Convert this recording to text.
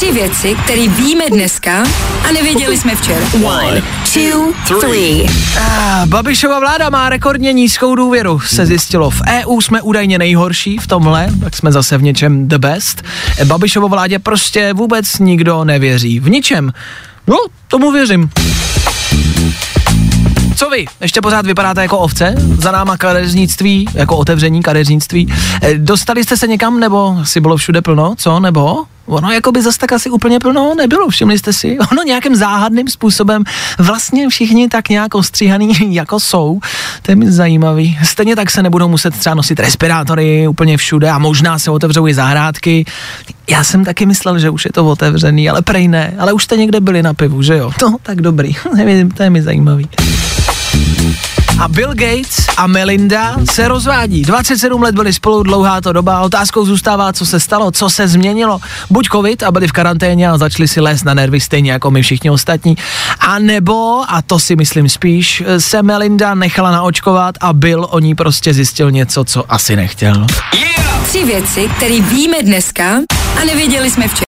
Tři věci, které víme dneska a nevěděli jsme včera. 1, 2, 3. Babišova vláda má rekordně nízkou důvěru, se zjistilo. V EU jsme údajně nejhorší v tomhle, tak jsme zase v něčem the best. Babišovo vládě prostě vůbec nikdo nevěří. V ničem. No, tomu věřím. Co vy? Ještě pořád vypadáte jako ovce? Za náma kadeřnictví, jako otevření kadeřnictví. Dostali jste se někam, nebo si bylo všude plno? Co, nebo? Ono jako by zase tak asi úplně plno nebylo, všimli jste si? Ono nějakým záhadným způsobem vlastně všichni tak nějak ostříhaný jako jsou. To je mi zajímavý. Stejně tak se nebudou muset třeba nosit respirátory úplně všude a možná se otevřou i zahrádky. Já jsem taky myslel, že už je to otevřený, ale prej ne. Ale už jste někde byli na pivu, že jo? No, tak dobrý. To je mi zajímavý. A Bill Gates a Melinda se rozvádí. 27 let byli spolu, dlouhá to doba. Otázkou zůstává, co se stalo, co se změnilo. Buď covid a byli v karanténě a začali si lézt na nervy stejně jako my všichni ostatní. A nebo, a to si myslím spíš, se Melinda nechala naočkovat a Bill o ní prostě zjistil něco, co asi nechtěl. Tři věci, které víme dneska a nevěděli jsme včera.